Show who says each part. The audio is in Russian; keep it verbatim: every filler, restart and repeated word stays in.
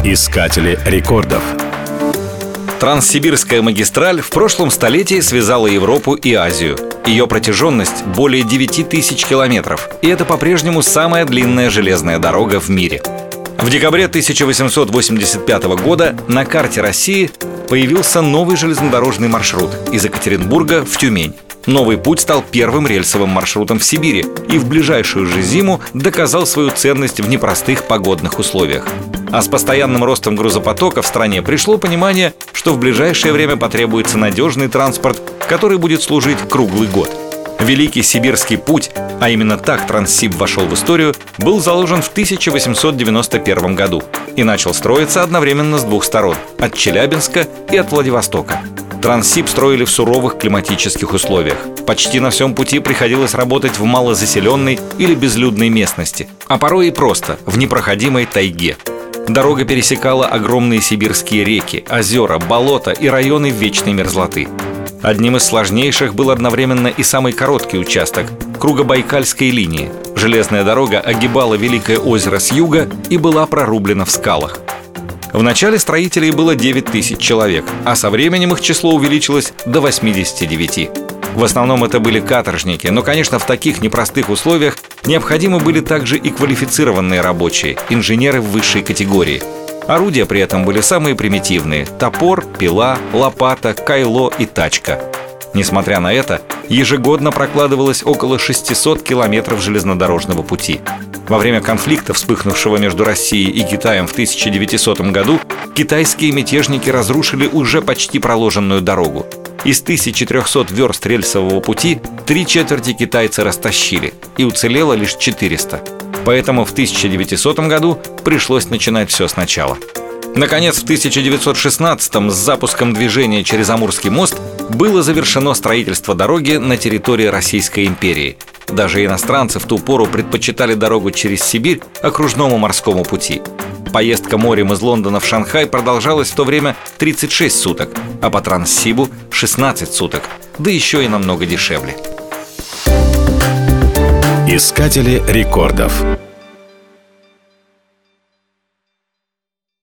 Speaker 1: Искатели рекордов.
Speaker 2: Транссибирская магистраль в прошлом столетии связала Европу и Азию. Ее протяженность более девяти тысяч километров, и это по-прежнему самая длинная железная дорога в мире. В декабре тысяча восемьсот восемьдесят пятого года на карте России появился новый железнодорожный маршрут из Екатеринбурга в Тюмень. Новый путь стал первым рельсовым маршрутом в Сибири и в ближайшую же зиму доказал свою ценность в непростых погодных условиях. А с постоянным ростом грузопотока в стране пришло понимание, что в ближайшее время потребуется надежный транспорт, который будет служить круглый год. Великий Сибирский путь, а именно так Транссиб вошел в историю, был заложен в тысяча восемьсот девяносто первом году и начал строиться одновременно с двух сторон – от Челябинска и от Владивостока. Транссиб строили в суровых климатических условиях. Почти на всем пути приходилось работать в малозаселенной или безлюдной местности, а порой и просто в непроходимой тайге. Дорога пересекала огромные сибирские реки, озера, болота и районы вечной мерзлоты. Одним из сложнейших был одновременно и самый короткий участок – Кругобайкальской линии. Железная дорога огибала Великое озеро с юга и была прорублена в скалах. В начале строителей было девять тысяч человек, а со временем их число увеличилось до восьмидесяти девяти. В основном это были каторжники, но, конечно, в таких непростых условиях необходимы были также и квалифицированные рабочие, инженеры высшей категории. Орудия при этом были самые примитивные – топор, пила, лопата, кайло и тачка. Несмотря на это, ежегодно прокладывалось около шестисот километров железнодорожного пути. Во время конфликта, вспыхнувшего между Россией и Китаем в тысяча девятисотом году, китайские мятежники разрушили уже почти проложенную дорогу. Из тысячи трёхсот верст рельсового пути три четверти китайцы растащили, и уцелело лишь четыреста. Поэтому в тысяча девятисотом году пришлось начинать все сначала. Наконец, в тысяча девятьсот шестнадцатом с запуском движения через Амурский мост было завершено строительство дороги на территории Российской империи. Даже иностранцы в ту пору предпочитали дорогу через Сибирь окружному морскому пути. Поездка морем из Лондона в Шанхай продолжалась в то время тридцать шесть суток, а по Транссибу – шестнадцать суток, да еще и намного дешевле.
Speaker 1: Искатели рекордов.